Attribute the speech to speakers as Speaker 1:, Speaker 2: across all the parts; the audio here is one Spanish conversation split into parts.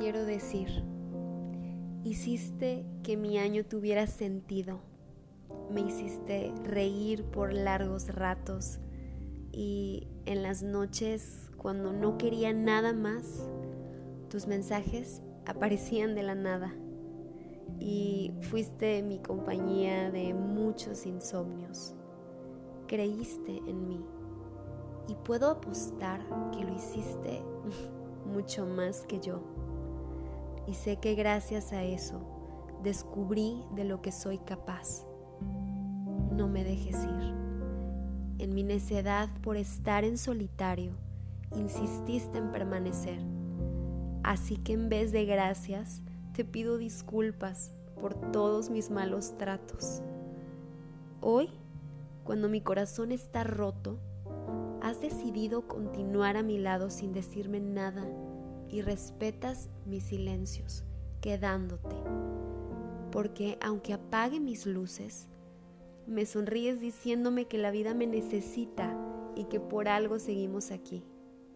Speaker 1: quiero decir. Hiciste que mi año tuviera sentido. Me hiciste reír por largos ratos y en las noches, cuando no quería nada más, tus mensajes aparecían de la nada y fuiste mi compañía de muchos insomnios. Creíste en mí y puedo apostar que lo hiciste mucho más que yo. Y sé que gracias a eso descubrí de lo que soy capaz. No me dejes ir. En mi necedad por estar en solitario, insististe en permanecer. Así que en vez de gracias, te pido disculpas por todos mis malos tratos. Hoy, cuando mi corazón está roto, has decidido continuar a mi lado sin decirme nada y respetas mis silencios, quedándote. Porque aunque apague mis luces, me sonríes diciéndome que la vida me necesita y que por algo seguimos aquí.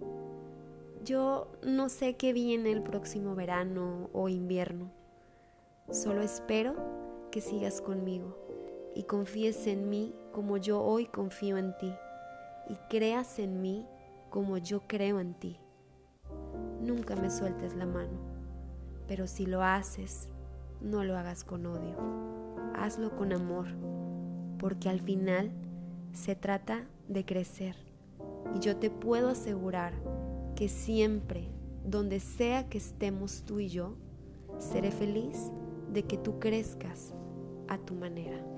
Speaker 1: Yo no sé qué viene el próximo verano o invierno. Solo espero que sigas conmigo y confíes en mí como yo hoy confío en ti y creas en mí como yo creo en ti. Nunca me sueltes la mano, pero si lo haces, no lo hagas con odio. Hazlo con amor, porque al final se trata de crecer. Y yo te puedo asegurar que siempre, donde sea que estemos tú y yo, seré feliz de que tú crezcas a tu manera.